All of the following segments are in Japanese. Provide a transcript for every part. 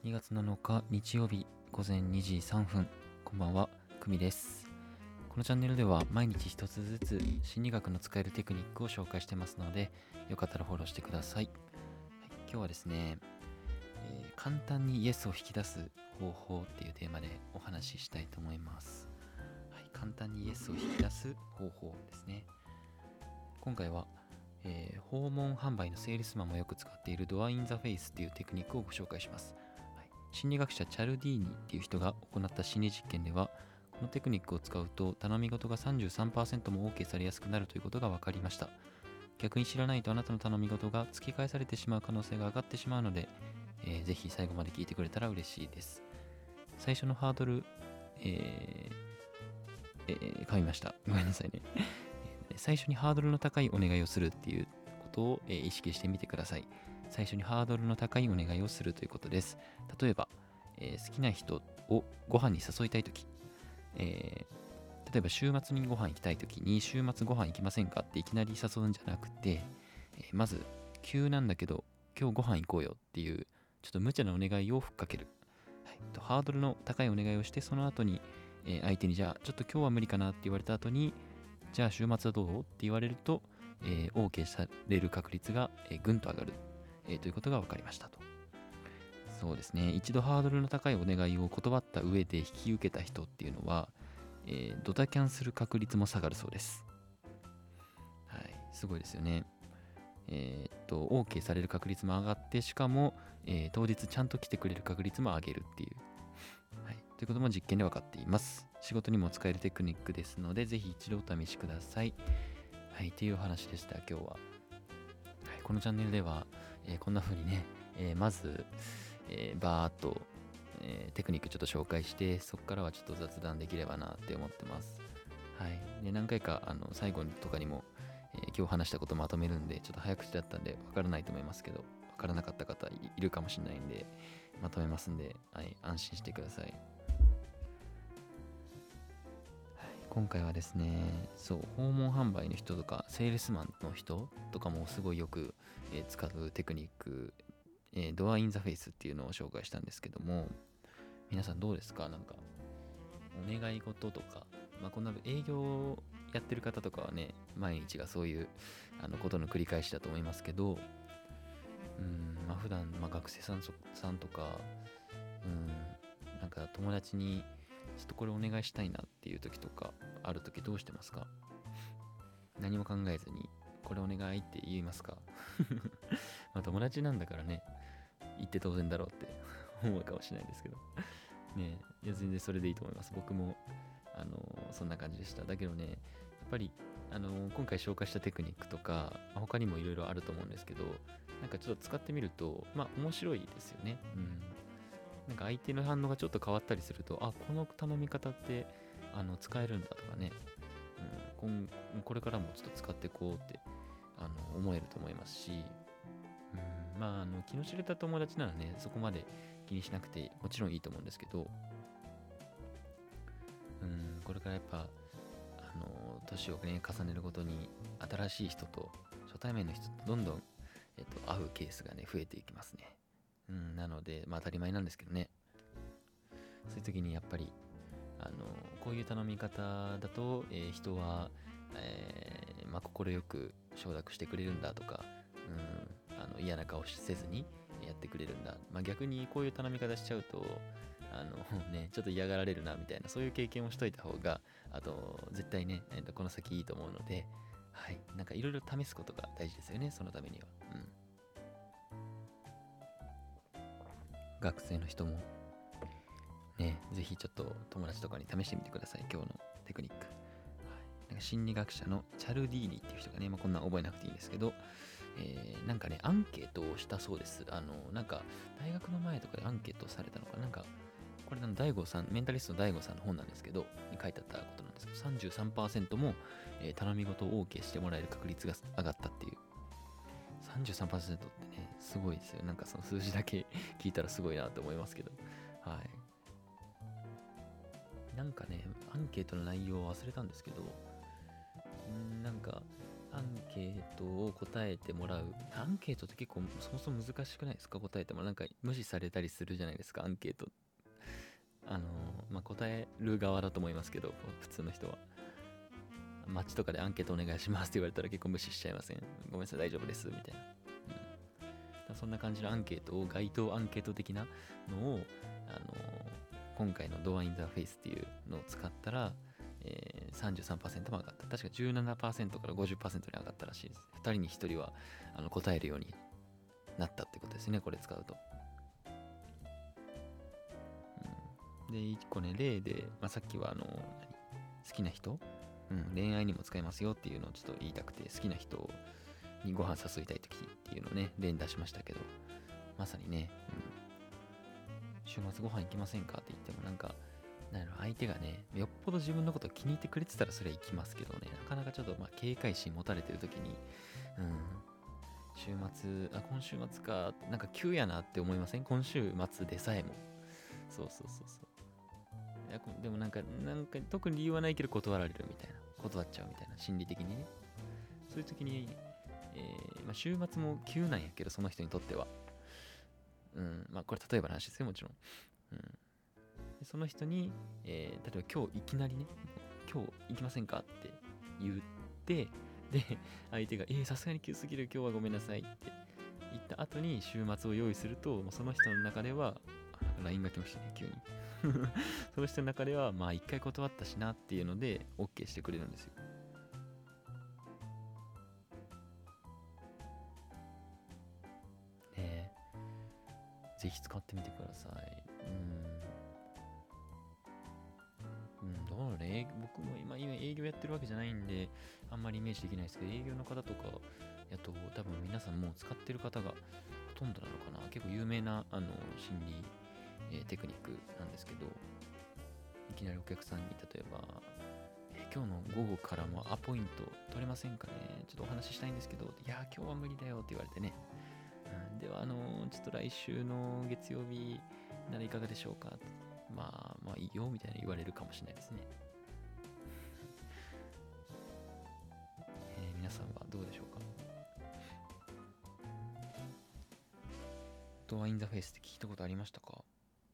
2月7日日曜日午前2時3分。こんばんは、くみです。このチャンネルでは毎日一つずつ心理学の使えるテクニックを紹介してますので、よかったらフォローしてください。今日はですね、簡単にイエスを引き出す方法っていうテーマでお話ししたいと思います。簡単にイエスを引き出す方法ですね。今回は訪問販売のセールスマンもよく使っているドアインザフェイスっていうテクニックをご紹介します。心理学者チャルディーニっていう人が行った心理実験では、このテクニックを使うと頼み事が 33% も OK されやすくなるということが分かりました。逆に知らないとあなたの頼み事が突き返されてしまう可能性が上がってしまうので、ぜひ最後まで聞いてくれたら嬉しいです。最初のハードル、噛みました。ごめんなさいね。最初にハードルの高いお願いをするっていうことを、意識してみてください。最初にハードルの高いお願いをするということです。例えば、好きな人をご飯に誘いたいとき、例えば週末にご飯行きたいときに週末ご飯行きませんかっていきなり誘うんじゃなくて、まず急なんだけど今日ご飯行こうよっていうちょっと無茶なお願いをふっかける。ハードルの高いお願いをして、その後に、相手にじゃあちょっと今日は無理かなって言われた後に、じゃあ週末はどうって言われると、OK される確率が、ぐんと上がる、ということが分かりましたと。そうですね。一度ハードルの高いお願いを断った上で引き受けた人っていうのは、ドタキャンする確率も下がるそうです。はい、すごいですよね。OK される確率も上がって、しかも、当日ちゃんと来てくれる確率も上げるっていう。ということも実験で分かっています。仕事にも使えるテクニックですので、ぜひ一度お試しください。というお話でした、今日は。このチャンネルでは、こんな風にね、まず、バーっと、テクニックちょっと紹介して、そこからはちょっと雑談できればなって思ってます。で何回か最後とかにも、今日話したことまとめるんで、ちょっと早口だったんでわからないと思いますけど、わからなかった方いるかもしれないんで、まとめますんで、安心してください。今回はですね、訪問販売の人とかセールスマンの人とかもすごいよく、使うテクニック、ドアインザフェイスっていうのを紹介したんですけども、皆さんどうですか？なんかお願い事とか、こんな営業やってる方とかはね、毎日がそういうことの繰り返しだと思いますけど、普段、学生さんとか、なんか友達にちょっとこれお願いしたいなっていう時とかある時どうしてますか？何も考えずにこれお願いって言いますか？友達なんだからね、言って当然だろうって思うかもしれないですけどね。いや全然それでいいと思います。僕もそんな感じでした。だけどね、やっぱり今回紹介したテクニックとか、他にもいろいろあると思うんですけど、なんかちょっと使ってみると面白いですよね。なんか相手の反応がちょっと変わったりすると、この頼み方って使えるんだとかね、これからもちょっと使っていこうって思えると思いますし、気の知れた友達ならね、そこまで気にしなくてもちろんいいと思うんですけど、これからやっぱ年をね重ねるごとに新しい人と初対面の人とどんどん、会うケースがね増えていきますね。なので当たり前なんですけどね、そういう時にやっぱりこういう頼み方だと、人は、快く承諾してくれるんだとか、嫌な顔せずにやってくれるんだ、逆にこういう頼み方しちゃうとちょっと嫌がられるなみたいな、そういう経験をしといた方が絶対ね、この先いいと思うので、なんかいろいろ試すことが大事ですよね、そのためには。学生の人もね、ぜひちょっと友達とかに試してみてください、今日のテクニック。なんか心理学者のチャルディーニっていう人がね、こんな覚えなくていいんですけど、なんかね、アンケートをしたそうです。なんか大学の前とかでアンケートされたのかな、なんかこれ大悟さん、メンタリストの大悟さんの本なんですけど、に書いてあったことなんですけど、33% も、頼み事を OK してもらえる確率が上がったっていう。33% ってね、すごいですよ。なんかその数字だけ聞いたらすごいなと思いますけど。なんかね、アンケートの内容を忘れたんですけど、なんか、 アンケートを答えてもらう。アンケートって結構そもそも難しくないですか？答えてもなんか無視されたりするじゃないですか、アンケート。答える側だと思いますけど、普通の人は。街とかでアンケートお願いしますって言われたら結構無視しちゃいません？ごめんなさい、大丈夫です、みたいな。そんな感じのアンケートを、街頭アンケート的なのを、今回の Door in the Face っていうのを使ったら、33% も上がった。確か17% から 50% に上がったらしいです。2人に1人は答えるようになったってことですね、これ使うと。で、1個ね、例で、さっきは好きな人、恋愛にも使えますよっていうのをちょっと言いたくて、好きな人にご飯誘いたい時っていうのをね、例に出しましたけど、まさにね、週末ご飯行きませんかって言っても相手がね、よっぽど自分のことを気に入ってくれてたらそれは行きますけどね、なかなかちょっと警戒心持たれてる時に、今週末か、なんか急やなって思いません？今週末でさえも。そう。いやでもなんか特に理由はないけど断られるみたいな。断っちゃうみたいな、心理的にね。そういう時に、週末も急なんやけど、その人にとっては。これ例えばの話ですよ、もちろん。でその人に、例えば今日いきなりね、今日行きませんかって言って、で、相手が、さすがに急すぎる、今日はごめんなさいって言った後に週末を用意すると、もうその人の中では、LINE が来ましたね、急に。その人の中では、一回断ったしなっていうので、OK してくれるんですよ。ぜひ使ってみてください。どうね、僕も今営業やってるわけじゃないんで、あんまりイメージできないですけど、営業の方とかやと、多分皆さんもう使ってる方がほとんどなのかな。結構有名な心理、テクニックなんですけど、いきなりお客さんに例えば、今日の午後からもアポイント取れませんかね、ちょっとお話ししたいんですけど、いや今日は無理だよって言われてね、ではちょっと来週の月曜日ならいかがでしょうかって、いいよみたいな言われるかもしれないですね。皆さんはどうでしょうか？ドアインザフェイスって聞いたことありましたか？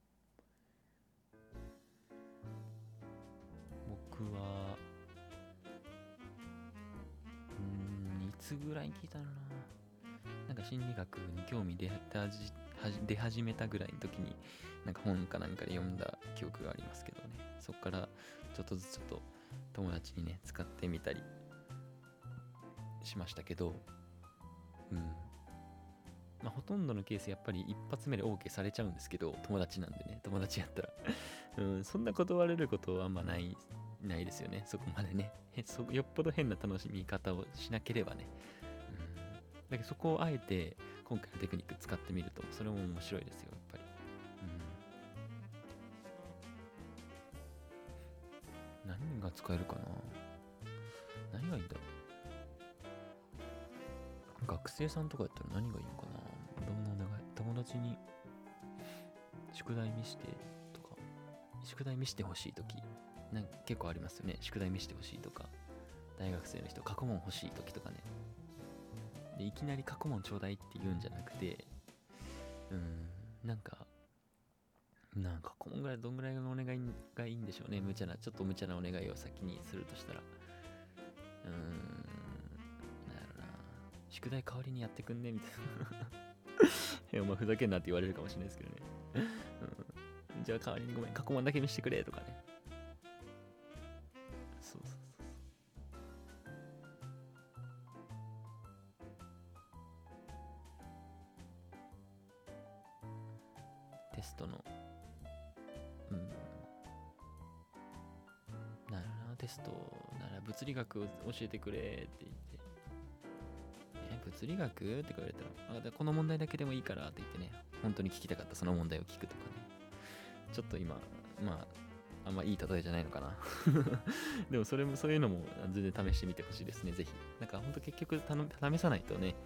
僕はいつぐらいに聞いたのな。なんか心理学に興味出始めたぐらいの時になんか本かなんかで読んだ記憶がありますけどね。そっからちょっとずつ友達にね使ってみたりしましたけど、ほとんどのケースやっぱり一発目で OK されちゃうんですけど、友達なんでね、友達やったらそんな断れることはあんまないですよね、そこまでね。よっぽど変な楽しみ方をしなければね。だけどそこをあえて今回のテクニック使ってみると、それも面白いですよ、やっぱり。何が使えるかな？何がいいんだろう？学生さんとかやったら何がいいのかな？どんなお願い？友達に宿題見してとか、宿題見してほしいとき、結構ありますよね。宿題見してほしいとか、大学生の人、過去問欲しいときとかね。でいきなり過去問ちょうだいって言うんじゃなくて、過去問ぐらいどんぐらいのお願いがいいんでしょうね。ちょっと無茶なお願いを先にするとしたら、なんやろな、宿題代わりにやってくんねみたいな。お前ふざけんなって言われるかもしれないですけどね。じゃあ代わりにごめん、過去問だけ見せてくれとかね。そう。テストの、テストなら物理学を教えてくれって言って、物理学って言われたら、この問題だけでもいいからって言ってね、本当に聞きたかったその問題を聞くとかね。ちょっと今、あんまいい例えじゃないのかな。でもそういうのも全然試してみてほしいですね、ぜひ。本当結局試さないとね、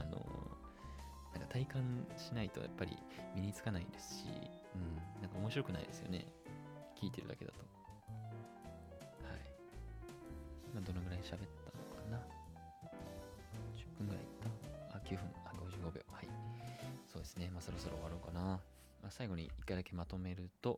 体感しないとやっぱり身につかないですし、面白くないですよね、聞いてるだけだと。はい。どのぐらい喋ったのかな。 9分、55秒。はい。そうですね。そろそろ終わろうかな。最後に1回だけまとめると、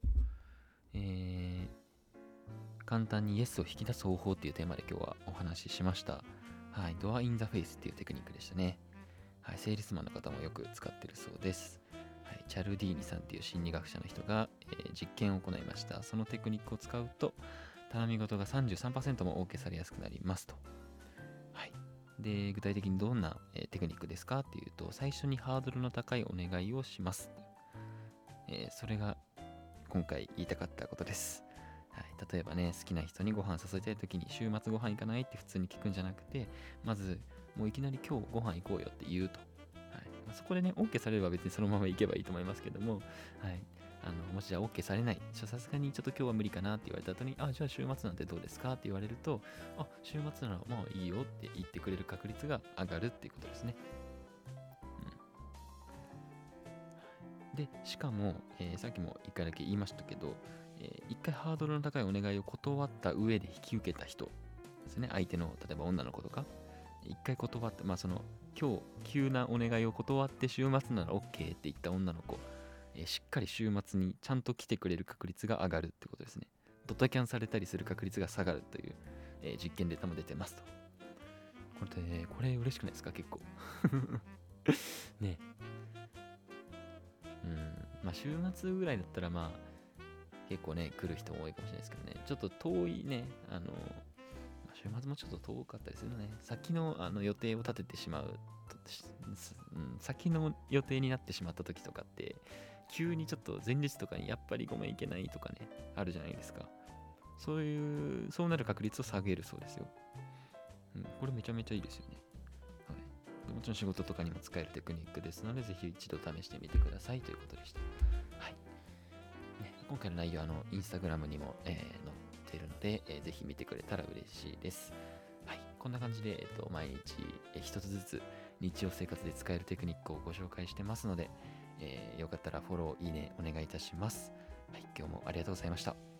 簡単にイエスを引き出す方法っていうテーマで今日はお話ししました。はい。ドアインザフェイスっていうテクニックでしたね。はい。セールスマンの方もよく使ってるそうです。はい。チャルディーニさんっていう心理学者の人が、実験を行いました。そのテクニックを使うと、頼み事が 33% も OK されやすくなりますと。はい。で、具体的にどんな、テクニックですかっていうと、最初にハードルの高いお願いをします。それが今回言いたかったことです。はい、例えばね、好きな人にご飯誘いたいときに、週末ご飯行かないって普通に聞くんじゃなくて、まず、もういきなり今日ご飯行こうよって言うと。はい、そこでね、OK されれば別にそのまま行けばいいと思いますけども、はい、もしじゃあ OK されない、さすがにちょっと今日は無理かなって言われた後に、じゃあ週末なんてどうですかって言われると、週末ならまあいいよって言ってくれる確率が上がるっていうことですね。で、しかも、さっきも一回だけ言いましたけど、一回ハードルの高いお願いを断った上で引き受けた人ですね。相手の、例えば女の子とか、一回断って、今日急なお願いを断って週末なら OK って言った女の子、しっかり週末にちゃんと来てくれる確率が上がるってことですね。ドタキャンされたりする確率が下がるという、実験データも出てますと。これ嬉しくないですか結構。ね。週末ぐらいだったら結構ね来る人も多いかもしれないですけどね、ちょっと遠いね、週末もちょっと遠かったりするのね。先の予定を立ててしまうと、先の予定になってしまった時とかって急にちょっと前日とかにやっぱりごめん行けないとかねあるじゃないですか。そうなる確率を下げるそうですよ。これめちゃめちゃいいですよね。もちろん仕事とかにも使えるテクニックですので、ぜひ一度試してみてくださいということでした。はい。今回の内容はインスタグラムにも、載っているので、ぜひ見てくれたら嬉しいです。はい。こんな感じで、毎日、一つずつ日常生活で使えるテクニックをご紹介してますので、よかったらフォロー、いいねお願いいたします。はい。今日もありがとうございました。